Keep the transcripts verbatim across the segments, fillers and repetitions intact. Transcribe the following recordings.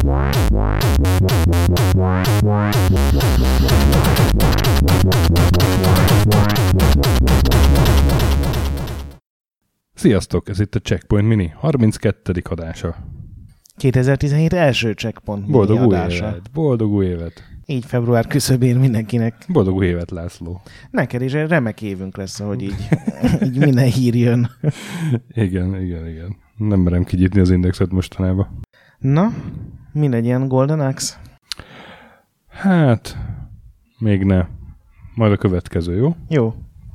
Sziasztok, ez itt a Checkpoint Mini harminckettedik adása. kétezer-tizenhét első Checkpoint Mini boldog adása. Új évet, boldog új évet. Így február küszöbén mindenkinek. Boldog új évet, László. Neked is egy remek évünk lesz, ahogy így, így minden hír jön. Igen, igen, igen. Nem merem kinyitni az indexet mostanában. Na, mi legyen Golden Axe? Hát, még ne. Majd a következő, jó? Jó.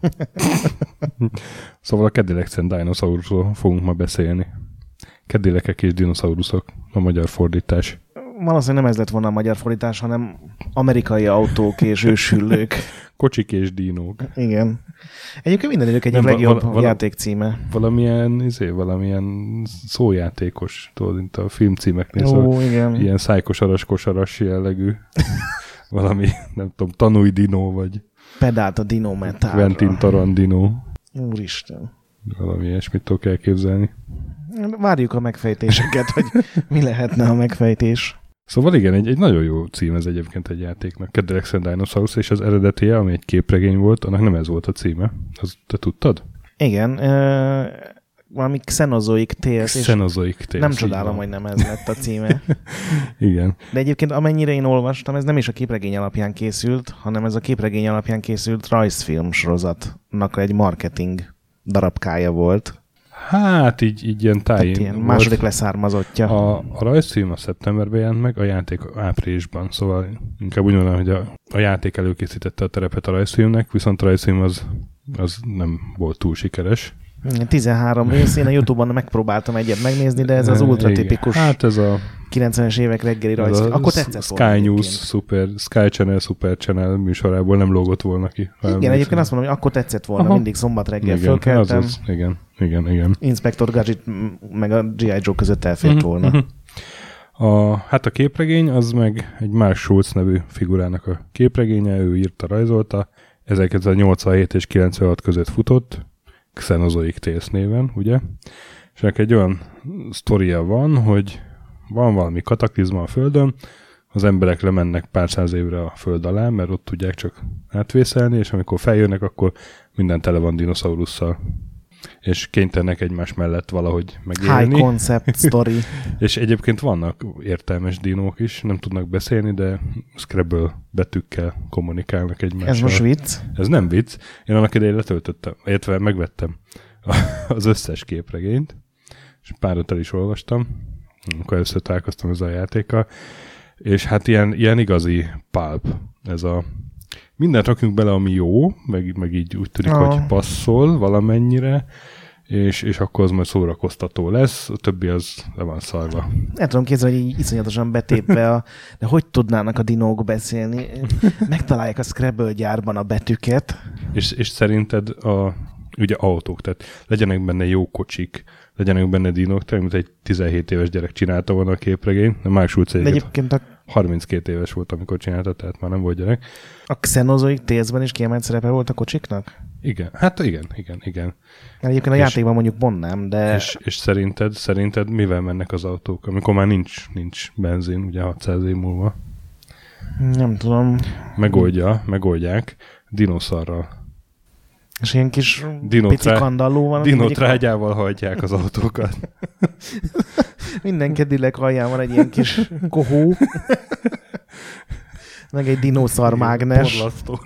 Szóval a Cadillacs and Dinosaurusról fogunk ma beszélni. Cadillacek és dinoszauruszok, a magyar fordítás. Valószínűleg nem ez lett volna a magyar fordítás, hanem amerikai autók és őshüllők. Kocsik és dinók. Igen. Egyébként minden idők egyik Nem, legjobb val- val- játék címe. Valamilyen, izé, valamilyen szójátékos, tudod, mint a filmcímeknél. Ó, szóval igen. ilyen szájkosaras, kosaras jellegű. Valami, nem tudom, tanúj dinó, vagy Pedált a Dino Metálra. Quentin Tarantino. Úristen. Valami ilyesmit tudok elképzelni. Várjuk a megfejtéseket, hogy mi lehetne a megfejtés. Szóval igen, egy, egy nagyon jó cím ez egyébként egy játéknak. Cadillacs and Dinosaurus, és az eredetije, ami egy képregény volt, annak nem ez volt a címe. Az, te tudtad? Igen. Ö, valami Xenozoic Tales. Xenozoic Tales. Nem csodálom, hogy nem ez lett a címe. Igen. De egyébként amennyire én olvastam, ez nem is a képregény alapján készült, hanem ez a képregény alapján készült rajzfilm sorozatnak egy marketing darabkája volt. Hát így, így ilyen tájén ilyen volt. második leszármazottja. A, a rajzfilm a szeptemberben jelent meg, a játék áprilisban, szóval inkább úgy mondanám, hogy a, a játék előkészítette a terepet a rajzfilmnek, viszont a rajzfilm az, az nem volt túl sikeres. tizenhárom rész, én a YouTube-on megpróbáltam egyet megnézni, de ez az ultra tipikus hát ez a kilencvenes évek reggeli rajz. Akkor tetszett Sky volna News, Super, Sky Channel, Super Channel műsorából nem lógott volna ki. Igen, egyébként azt mondom, hogy akkor tetszett volna, Aha. mindig szombat reggel igen, fölkeltem. az, igen, igen, igen. Inspector Gadget meg a G I. Joe között elfért Uh-huh, volna. Uh-huh. A, hát a képregény az meg egy Mark Schultz nevű figurának a képregénye, ő írta, rajzolta. ezerkilencszáznyolcvanhét és kilencvenhat között futott, Xenozoic Tales néven, ugye? És ennek egy olyan sztoria van, hogy van valami kataklizma a Földön, az emberek lemennek pár száz évre a Föld alá, mert ott tudják csak átvészelni, és amikor feljönnek, akkor minden tele van dinoszaurussszal. És kénytelenek egymás mellett valahogy megélni. High concept story. És egyébként vannak értelmes dinók is, nem tudnak beszélni, de Scrabble betűkkel kommunikálnak egymással. Ez most vicc? Ez nem vicc. Én annak idején letöltöttem, illetve megvettem az összes képregényt, és párat el is olvastam, amikor először találkoztam ezzel a játékkal, és hát ilyen, ilyen igazi pulp. Ez a mindent rakjunk bele, ami jó, meg, meg így úgy tűnik, oh. hogy passzol valamennyire, és, és akkor az majd szórakoztató lesz, a többi az le van szarva. Nem tudom képzelni, hogy így iszonyatosan betépve, a, de hogy tudnának a dinók beszélni? Megtalálják a Scrabble gyárban a betűket. És, és szerinted a, ugye autók, tehát legyenek benne jó kocsik, legyenek benne dinók, tehát mint egy tizenhét éves gyerek csinálta volna a képregényt, de Mark Schultz egyébként a... harminckét éves volt, amikor csinálta, tehát már nem volt gyerek. A Xenozoic Tales-ben is kiemelt szerepe volt a kocsiknak? Igen, hát igen, igen, igen. Egyébként a és, játékban mondjuk pont nem, de... És, és szerinted, szerinted mivel mennek az autók, amikor már nincs, nincs benzin, ugye hatszáz év múlva? Nem tudom. Megoldja, megoldják dinoszarral. És ilyen kis Dino pici trá... kandalló van. Dinotrágyával hajtják az autókat. Minden Cadillac alján van egy ilyen kis kohó. Meg egy dinószarmágnes. Porlasztó.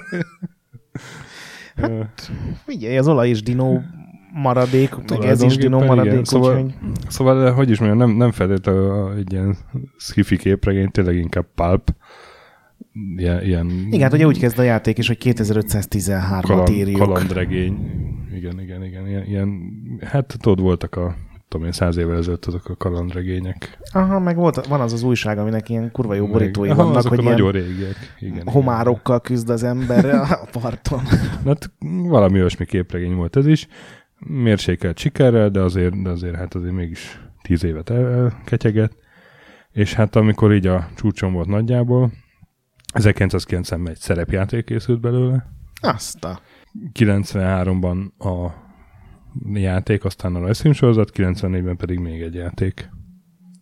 Hát, figyelj, az olaj is dinó maradék, meg ez is dinó maradék. Szóval, úgyhogy... szóval, hogy is mondjam, nem, nem feltétlenül egy ilyen sci-fi képregény, tényleg inkább pulp. Ilyen, ilyen igen, hát ugye úgy kezd a játék is, hogy kétezer-ötszáztizenhármat kaland, írjuk. Kalandregény. Igen, igen, igen. Ilyen, ilyen, hát tudod, voltak a tudom én, száz évvel ezelőtt azok a kalandregények. Aha, meg volt, van az az újság, aminek ilyen kurva jó borítói meg, vannak, aha, hogy ilyen nagyon régiek. Igen, homárokkal igen. küzd az ember a parton. Hát valami olyasmi képregény volt ez is. Mérsékelt sikerrel, de azért, de azért hát azért mégis tíz évet elketyegett. És hát amikor így a csúcson volt nagyjából, ezerkilencszázkilencvenben egy szerepjáték készült belőle. Azt a... kilencvenháromban a játék, aztán a rajzfilmsorozat, kilencvennégyben pedig még egy játék.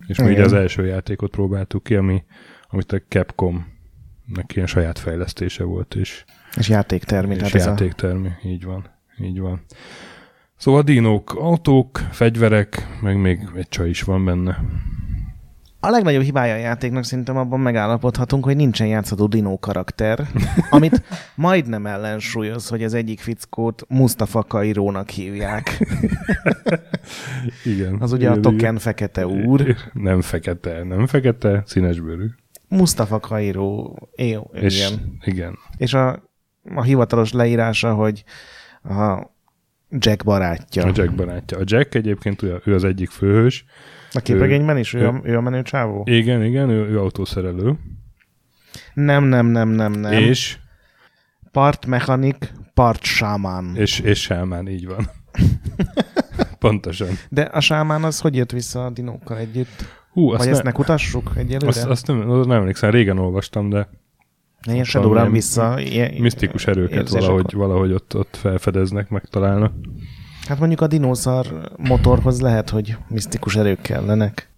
És mi ugye az első játékot próbáltuk ki, ami, amit a Capcom-nek ilyen saját fejlesztése volt. És, és játéktermi. És játéktermi, a... így van. Így van. Szóval dinók, autók, fegyverek, meg még egy csaj is van benne. A legnagyobb hibája a játéknak szerintem abban megállapodhatunk, hogy nincsen játszható dinó karakter, amit majdnem ellensúlyoz, hogy az egyik fickót Mustafa Kairónak hívják. Igen. Az ugye igen, a Token igen. Fekete úr. Nem fekete, nem fekete, színesbőrű. Mustafa Kairó. Jó, és, igen. igen. És a, a hivatalos leírása, hogy a Jack barátja. A Jack barátja. A Jack egyébként ő az egyik főhős. A képregényben is? Ő, ő, a, ő a menő csávó? Igen, igen, ő, ő autószerelő. Nem, nem, nem, nem, nem. És? Partmechanik, part sámán. És, és sámán, így van. Pontosan. De a sámán az hogy jött vissza a dinókkal együtt? Hú, azt Vagy ne... ezt ne kutassuk egyelőre? Azt, azt nem, nem emlékszem, régen olvastam, de... Ilyen Shadowrun vissza... Ilyen, misztikus erőket valahogy, valahogy ott, ott felfedeznek, megtalálnak. Hát mondjuk a dinószar motorhoz lehet, hogy misztikus erők kellenek.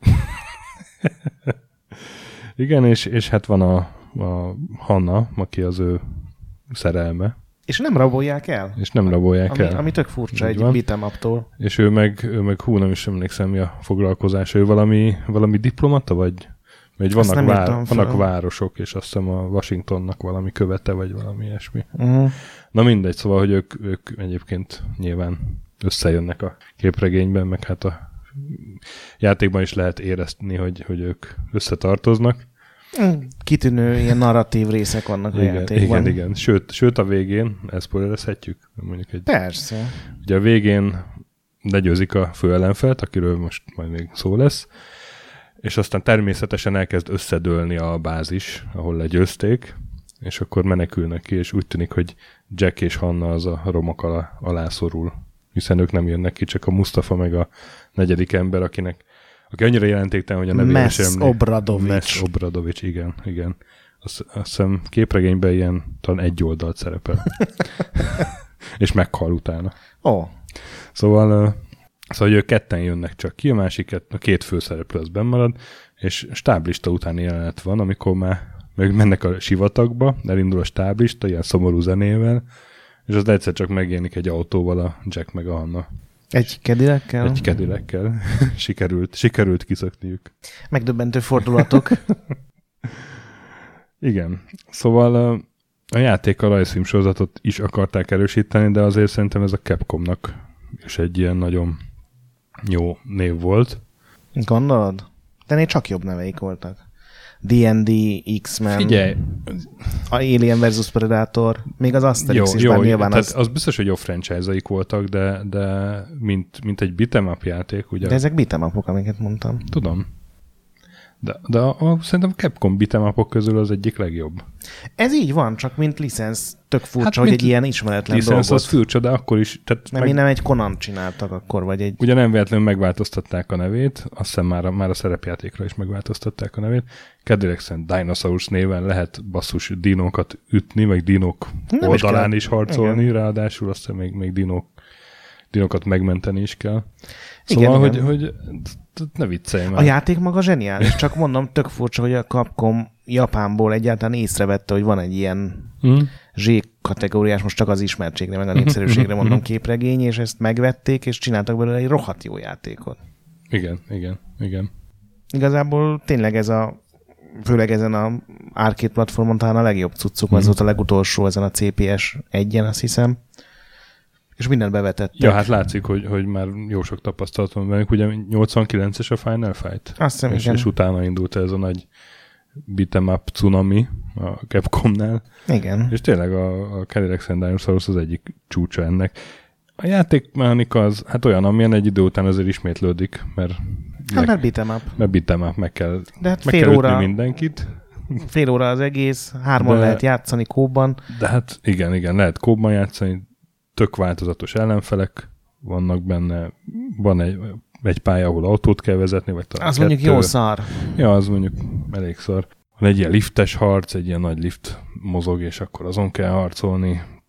Igen, és, és hát van a, a Hanna, aki az ő szerelme. És nem rabolják el? És nem rabolják ami, el. Ami tök furcsa egy beat'em up-tól. És ő meg, ő meg hú, nem is emlékszem, mi a foglalkozás. Ő valami, valami diplomata, vagy... Vagy vannak, vár, vannak városok, és azt hiszem a Washingtonnak valami követe, vagy valami ilyesmi. Uh-huh. Na mindegy, szóval, hogy ők, ők egyébként nyilván összejönnek a képregényben, meg hát a játékban is lehet érezni, hogy, hogy ők összetartoznak. Kitűnő ilyen narratív részek vannak igen, a játékban. Igen, igen. Sőt, sőt a végén, ezt spoilerezhetjük? Mondjuk egy, persze. Ugye a végén legyőzik a főellenfelt, akiről most majd még szó lesz, és aztán természetesen elkezd összedőlni a bázis, ahol legyőzték, és akkor menekülnek ki, és úgy tűnik, hogy Jack és Hanna az a romok alá, alá szorul, hiszen ők nem jönnek ki, csak a Mustafa meg a negyedik ember, akinek, aki annyira jelentéktelen, hogy a nevére sem... Mess Obradovics. Mess Obradovics, igen, igen. Azt, azt hiszem képregényben ilyen talán egy oldalt szerepel. És meghal utána. Ó. Oh. Szóval... Szóval, hogy ők ketten jönnek csak ki, a másik, a két főszereplő az bennmarad, és stáblista utáni jelenet van, amikor már meg mennek a sivatagba, elindul a stáblista, ilyen szomorú zenével, és az egyszer csak megjelenik egy autóval a Jack meg a Hanna. Egy Cadillackel? Egy Cadillackel. sikerült, sikerült kiszökniük. Megdöbbentő fordulatok. Igen. Szóval a játék a rajzfilm sorozatot is akarták erősíteni, de azért szerintem ez a Capcomnak is egy ilyen nagyon jó név volt. Gondolod? De né csak jobb neveik voltak. dé and dé, X-Men, Figyelj. A Alien versus Predator, még az Asterix jó, is, jó, bár nyilván tehát az... az biztos, hogy jó franchise-aik voltak, de, de mint, mint egy beat'em up játék, ugye? De ezek beat'em upok, amiket mondtam. Tudom. De, de a, a, szerintem Capcom beat'em upok közül az egyik legjobb. Ez így van, csak mint licensz tök furcsa, hát, hogy egy ilyen ismeretlen licensz dolgot. Az furcsa, de akkor is... Tehát nem, meg... nem egy Conan csináltak akkor, vagy egy... Ugye nem véletlenül megváltoztatták a nevét, azt hiszem már a, már a szerepjátékra is megváltoztatták a nevét. Cadillac and Dinosaurs néven lehet basszus dinókat ütni, meg dinók nem oldalán is, is harcolni, igen. Ráadásul azt hiszem még, még dinók, dinókat megmenteni is kell. Szóval, igen, hogy, igen. hogy ne viccelj már. A játék maga zseniális, csak mondom, tök furcsa, hogy a Capcom Japánból egyáltalán észrevette, hogy van egy ilyen mm. Z-kategóriás, most csak az ismertségre, meg a népszerűségre mondom képregény, és ezt megvették, és csináltak belőle egy rohadt jó játékot. Igen, igen, igen. Igazából tényleg ez a, főleg ezen a arcade platformon talán a legjobb cuccuk, mm. az volt a legutolsó ezen a cé pé es egyen, azt hiszem. És mindent bevetettek. Ja, hát látszik, hogy, hogy már jó sok tapasztalat van bennük. Ugye nyolcvankilences a Final Fight. Azt hiszem, és, igen. És utána indult ez a nagy beat'em up cunami a Capcomnál. Igen. És tényleg a, a Cadillac and Dinosaurs az egyik csúcsa ennek. A játékmechanika az hát olyan, amilyen egy idő után azért ismétlődik, mert... Hát mert beat'em up. Mert beat'em up, meg kell, de hát meg fél kell óra, ütni mindenkit. Fél óra az egész, hárman de, lehet játszani kóban. De hát igen, igen, lehet kóban játszani, tök változatos ellenfelek vannak benne, van egy, egy pálya, ahol autót kell vezetni, vagy talán az kettő. mondjuk jó szar. Ja, az mondjuk elég szar. Van egy ilyen liftes harc, egy ilyen nagy lift mozog, és akkor azon kell harcolni.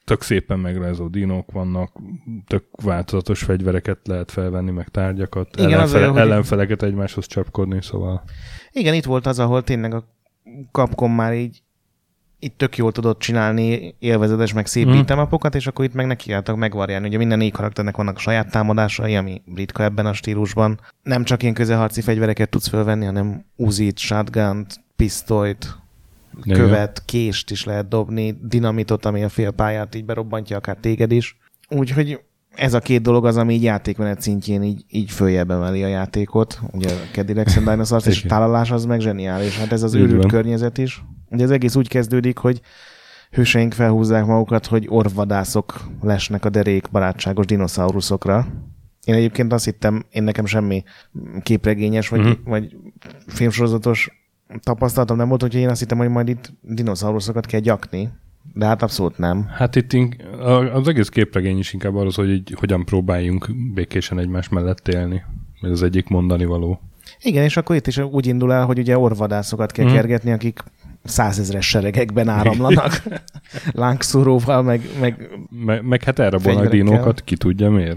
tök szépen megrajzolt dinók vannak, tök változatos fegyvereket lehet felvenni, meg tárgyakat, igen, ellenfele, olyan, ellenfeleket hogy... egymáshoz csapkodni, szóval... Igen, itt volt az, ahol tényleg a Capcom már így itt tök jól tudott csinálni élvezetes, meg szép mm. beat'em-upokat, és akkor itt meg nekiálltak megvarjálni. Ugye minden négy karakternek vannak a saját támadásai, ami ritka ebben a stílusban. Nem csak ilyen közelharci fegyvereket tudsz fölvenni, hanem Uzit, shotgunt, pisztolyt, ja, követ, ja. kést is lehet dobni, dinamitot, ami a fél pályát így berobbantja, akár téged is. Úgyhogy ez a két dolog az, ami így játékmenet szintjén így, így följebb emeli a játékot. Ugye a Cadillacs and Dinosaurs és a tálalás az meg zseniális. Hát ez az őrült környezet is. Ugye az egész úgy kezdődik, hogy hőseink felhúzzák magukat, hogy orvvadászok lesnek a derék barátságos dinoszauruszokra. Én egyébként azt hittem, én nekem semmi képregényes vagy, mm-hmm. vagy filmsorozatos tapasztalatom nem volt, úgyhogy én azt hittem, hogy majd itt dinoszauruszokat kell gyakni. De hát abszolút nem. Hát itt az egész képregény is inkább arról, hogy így, hogyan próbáljunk békésen egymás mellett élni. Ez az egyik mondani való. Igen, és akkor itt is úgy indul el, hogy ugye orvvadászokat kell hmm. kergetni, akik százezres seregekben áramlanak. Lángszóróval, meg... Meg, meg, meg hát elrabolnak dinókat, ki tudja miért.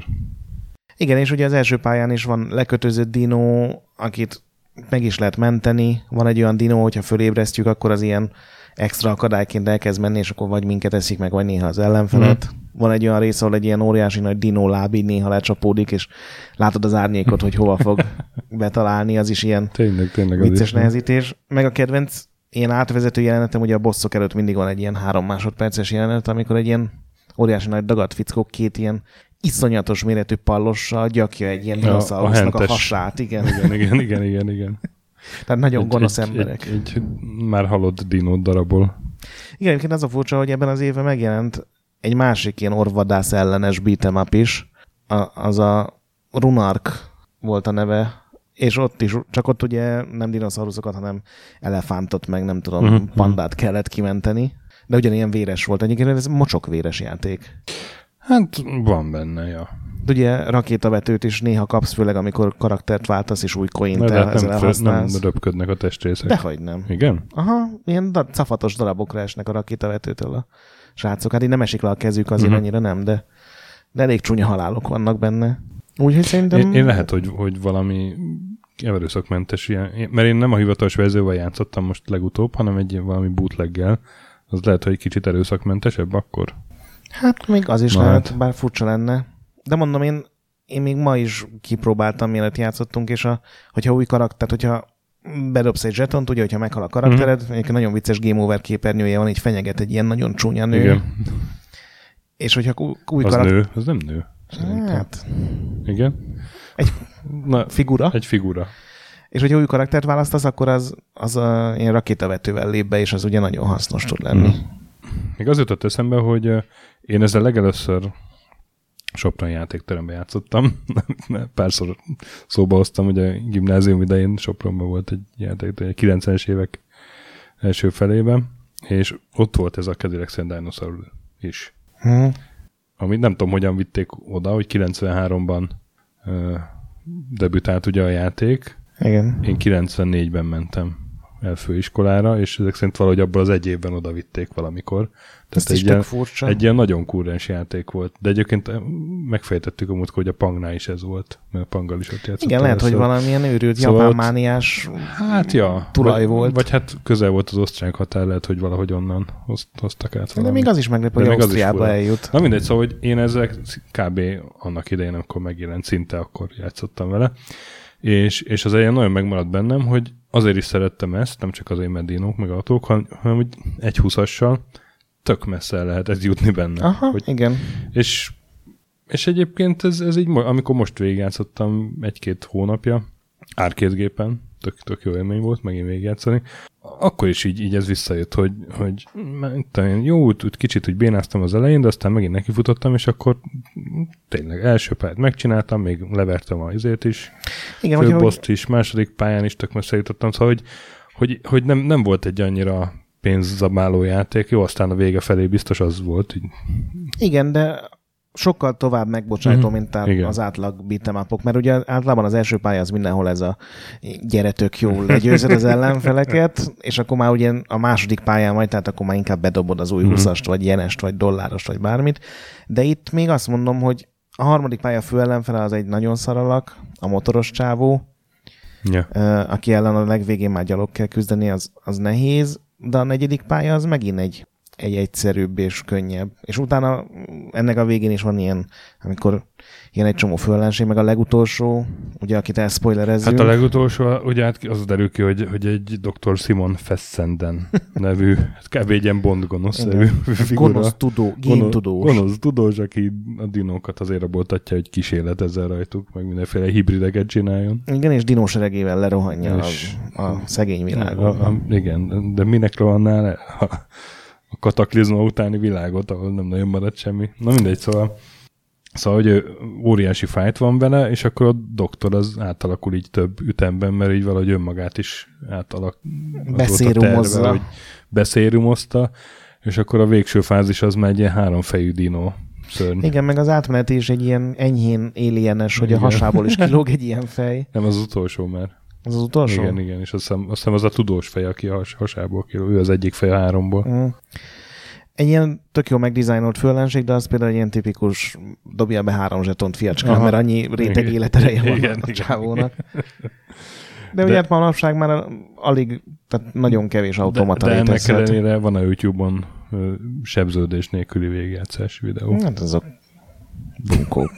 Igen, és ugye az első pályán is van lekötözött dinó, akit meg is lehet menteni. Van egy olyan dinó, hogyha fölébresztjük, akkor az ilyen extra akadályként elkezd menni, és akkor vagy minket eszik meg, vagy néha az ellenfelet. Mm. Van egy olyan rész, ahol egy ilyen óriási nagy dinó láb így néha lecsapódik, és látod az árnyékot, hogy hova fog betalálni, az is ilyen tényleg, tényleg vicces nehezítés. Meg a kedvenc ilyen átvezető jelenetem, ugye a bosszok előtt mindig van egy ilyen három másodperces jelenet, amikor egy ilyen óriási nagy dagadt fickó két ilyen iszonyatos méretű pallossal gyakja egy ilyen dinoszaurusznak a, a hasát. Igen. Igen, igen, igen, igen, igen. Tehát nagyon egy, gonosz egy, emberek. Egy, egy már halott dinót darabol. Igen, egyébként az a furcsa, hogy ebben az évben megjelent egy másik ilyen orvvadász ellenes beat'em up is. A, az a Runark volt a neve, és ott is, csak ott ugye nem dinoszauruszokat, hanem elefántot, meg nem tudom, uh-huh. pandát kellett kimenteni. De ugyanilyen véres volt. Egyébként ez mocsokvéres játék. Hát van benne, ja. Ugye rakétavetőt is néha kapsz, főleg amikor karaktert váltasz, és új coint el, ezzel elhasználsz. Nem röpködnek a testrészek. Dehogy nem. Igen? Aha, ilyen da- cafatos darabokra esnek a rakétavetőtől a srácok. Hát így nem esik le a kezük, azért uh-huh. annyira nem, de, de elég csúnya halálok vannak benne. Úgyhogy szerintem... Én, én lehet, hogy, hogy valami erőszakmentes ilyen, mert én nem a hivatalos verzióval játszottam most legutóbb, hanem egy valami bootleggel. Az lehet, hogy egy kicsit erőszakmentesebb akkor? Hát még az is Na lehet, hát. Bár furcsa lenne. De mondom, én, én még ma is kipróbáltam, mielőtt játszottunk, és a, hogyha új karakter, hogyha bedobsz egy zsetont, ugye, hogyha meghal a karaktered, mm-hmm. egy nagyon vicces game over képernyője van, így fenyeget egy ilyen nagyon csúnya nő. Igen. És hogyha új az karakter... nő, az nem nő. Hát... Igen? Egy Na, figura. Egy figura. És hogyha új karaktert választasz, akkor az, az a, ilyen rakétavetővel lép be, és az ugye nagyon hasznos tud lenni. Mm. Még az jutott eszembe, hogy én ezzel legelőször Sopron játékteremben játszottam. Párszor szóba hoztam, hogy a gimnázium idején Sopronban volt egy játékterem, kilencvenes évek első felében, és ott volt ez a Cadillacs and Dinosaurs is. Hmm. Amit nem tudom, hogyan vitték oda, hogy kilencvenháromban uh, debütált ugye a játék. Igen. Én kilencvennégyben mentem el főiskolára, és ezek szerint valahogy abban az egy évben oda vitték valamikor. Tehát egy ilyen, egy ilyen nagyon kurrens játék volt. De egyébként megfejtettük a múltkor, hogy a Pangnál is ez volt, mert a Panggal is ott játszottam. Igen, lehet, hogy valamilyen őrült szóval japánmániás hát, ja, tulaj vagy, volt. Vagy hát közel volt az osztrák határ, lehet, hogy valahogy onnan hoztak át valami. De még az is meglepő, hogy Ausztriába eljut. Na mindegy, szóval, hogy én ezzel kb. Annak idején, amikor megjelent, szinte akkor játszottam vele. És, és az ilyen nagyon megmaradt bennem, hogy azért is szerettem ezt, nem csak azért, mert dinók, meg autók, hanem, hanem hogy egy húszassal tök messze lehet ez jutni benne. Aha, hogy, igen. És, és egyébként ez, ez így, amikor most végigjátszottam egy-két hónapja, árkétgépen, tök, tök jó élmény volt megint végigjátszani, akkor is így, így ez visszajött, hogy, hogy jó, úgy, úgy kicsit úgy bénáztam az elején, de aztán megint nekifutottam, és akkor tényleg első pályát megcsináltam, még levertem a izét is, főboszt is, második pályán is tök messze jutottam, szóval, hogy, hogy, hogy nem, nem volt egy annyira pénzzabáló játék, jó, aztán a vége felé biztos az volt. Így. Igen, de sokkal tovább megbocsájtó, Mm-hmm. mint a, az átlag beat'em upok, mert ugye általában az első pálya az mindenhol ez a gyere tök jól legyőzöd az ellenfeleket, és akkor már ugye a második pályán majd, tehát akkor már inkább bedobod az új Mm-hmm. húszast, vagy jenest, vagy dollárost, vagy bármit. De itt még azt mondom, hogy a harmadik pálya fő ellenfele az egy nagyon szaralak, a motoros csávó, yeah. aki ellen a legvégén már gyalog kell küzdeni, az, az nehéz, de a negyedik pálya az megint egy, egy egyszerűbb és könnyebb. És utána ennek a végén is van ilyen, amikor ilyen egy csomó főellenség, meg a legutolsó, ugye, akit elszpoilerezzünk. Hát a legutolsó, ugye hát az derül ki, hogy, hogy egy doktor Simon Fessenden nevű, kb. Egy ilyen Bond gonosz nevű figura. Gonosz tudó, géntudós. Gonosz tudós, aki a dinókat azért raboltatja, hogy kísérletezzel rajtuk, meg mindenféle hibrideket csináljon. Igen, és dinóseregével lerohanja és a, a szegény világon. A, a, igen, de minek rohannál le? A, a kataklizma utáni világot, ahol nem nagyon maradt semmi. Na mindegy, szóval Szóval, hogy óriási fájt van vele, és akkor a doktor az átalakul így több ütemben, mert így valahogy önmagát is átalak... Beszérumozza. Hogy beszérumozta, és akkor a végső fázis az már egy ilyen háromfejű dinó szörny. Igen, meg az átmenet is egy ilyen enyhén alienes, hogy igen. A hasából is kilóg egy ilyen fej. Nem, az utolsó már. Az az utolsó? Igen, igen, és azt hiszem, azt hiszem az a tudós fej, aki a has, hasából kilóg. Ő az egyik fej a háromból. Mm. Egy ilyen tök jó megdizájnolt főellenség, de az például egy ilyen tipikus dobja be három zsetont fiacskán, aha. Mert annyi réteg életereje van igen, a csávónak. De, de ugye hát manapság már alig, tehát nagyon kevés automata de, de létezhet. ennek ellenére van a YouTube-on sebződés nélküli végjátszás videó. Hát azok bunkók.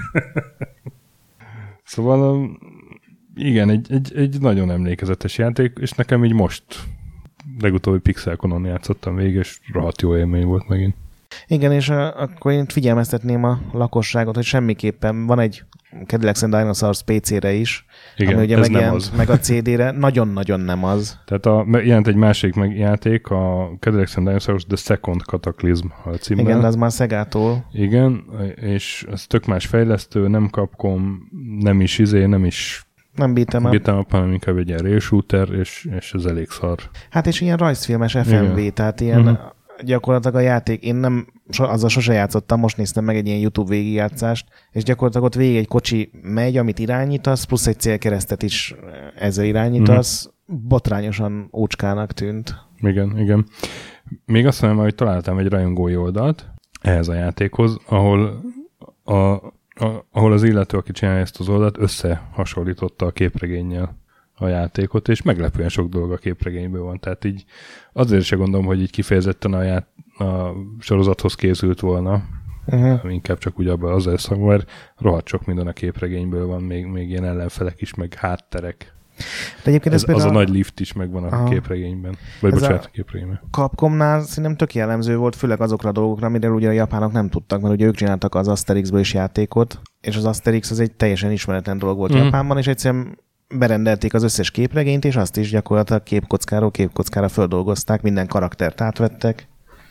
Szóval igen, egy, egy, egy nagyon emlékezetes játék, és nekem így most legutóbbi Pixelconon játszottam végig, és rohadt jó élmény volt megint. Igen, és a, akkor én figyelmeztetném a lakosságot, hogy semmiképpen van egy Cadillacs and Dinosaurs pé cére is, igen, ami ugye megjelent meg a cé dére, nagyon-nagyon nem az. Tehát a, jelent egy másik megjáték, a Cadillacs and Dinosaurs The Second Cataclysm a címmel. Igen, de az már Szegától. Igen, és ez tök más fejlesztő, nem Capcom, nem is izé, nem is nem beat'em up. Beat'em up, hanem inkább egy ilyen rail shooter, és, és ez elég szar. Hát és ilyen rajzfilmes ef em vé, igen. Tehát ilyen uh-huh. gyakorlatilag a játék, én nem, azzal sose játszottam, most néztem meg egy ilyen YouTube végigjátszást, és gyakorlatilag ott végig egy kocsi megy, amit irányítasz, plusz egy célkeresztet is ezzel irányítasz, uh-huh. botrányosan ócskának tűnt. Igen, igen. Még azt mondom, hogy találtam egy rajongói oldalt ehhez a játékhoz, ahol a A, ahol az illető, aki csinálja ezt az oldalt, összehasonlította a képregénnyel a játékot, és meglepően sok dolog a képregényből van. Tehát így azért se gondolom, hogy így kifejezetten a, ját, a sorozathoz készült volna, uh-huh. inkább csak úgy abban az elszak, mert rohadt sok minden a képregényből van, még, még ilyen ellenfelek is, meg hátterek. De egyébként ez, ez az a nagy lift is megvan a aha. képregényben. Vagy ez bocsánat, a képregényben. Capcomnál szerintem tök jellemző volt, főleg azokra a dolgokra, amiről ugye a japánok nem tudtak, mert ugye ők csináltak az Asterixből is játékot, és az Asterix az egy teljesen ismeretlen dolog volt mm. Japánban, és egyszerűen berendelték az összes képregényt, és azt is gyakorlatilag képkockáról képkockára földolgozták, minden karaktert átvettek.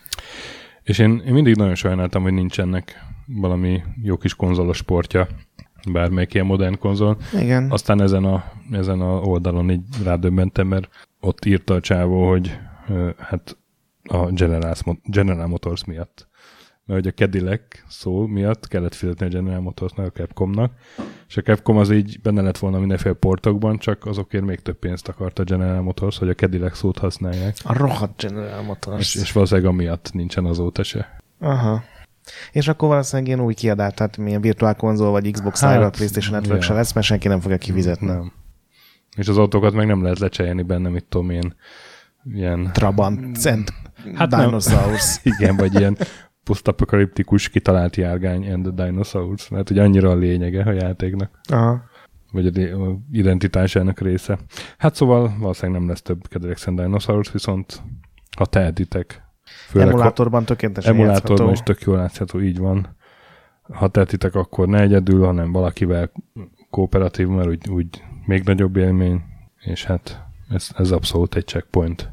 És én, én mindig nagyon sajnáltam, hogy nincsenek valami jó kis konzolos sportja, bármelyik ilyen modern konzol. Igen. Aztán ezen a, ezen a oldalon így rádöbbentem, mert ott írta a csávó, hogy uh, hát a General, General Motors miatt. Mert hogy a Cadillac szó miatt kellett fizetni a General Motorsnak, a Capcomnak, és a Capcom az így benne lett volna mindenféle portokban, csak azokért még több pénzt akart a General Motors, hogy a Cadillac szót használják. A rohadt General Motors. És, és valószínűleg amiatt nincsen azóta se. Aha. És akkor valószínűleg ilyen új kiadás, tehát milyen virtuál konzol, vagy Xbox hát, Live, PlayStation Network ja. se lesz, mert senki nem fogja kifizetni. Nem. És az autókat meg nem lehet lecserélni benne, mit tudom én, ilyen... Trabant, Cent, hát Dinosaurs. Igen, vagy ilyen posztapokaliptikus kitalált járgány and the Dinosaurs. Mert ugye annyira a lényege a játéknak. Aha. Vagy a identitásának része. Hát szóval valószínűleg nem lesz több Cadillacs and Dinosaurs, viszont ha tehetitek, főleg emulátorban tökéletesen emulátorban játszható. is tök jól látható, így van. Ha tehetitek, akkor ne egyedül, hanem valakivel kooperatív, mert úgy, úgy még nagyobb élmény, és hát ez, ez abszolút egy checkpoint.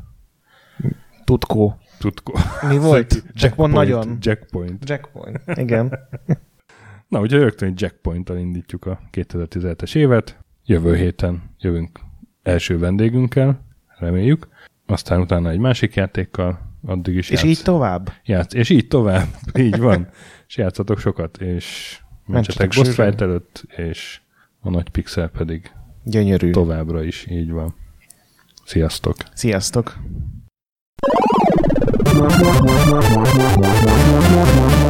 Tutkó. Tutkó. Mi volt? Jackpoint nagyon. Jackpoint. Jackpoint. Igen. Na, úgyhogy rögtön egy Jackpoint-tal indítjuk a kétezer-tizenhetes évet. Jövő héten jövünk első vendégünkkel, reméljük. Aztán utána egy másik játékkal, addig is És játsz. így tovább? Játsz, és így tovább. Így van. És játszatok sokat, és mentsetek boss fight előtt, és a nagy pixel pedig gyönyörű. Továbbra is, így van. Sziasztok! Sziasztok!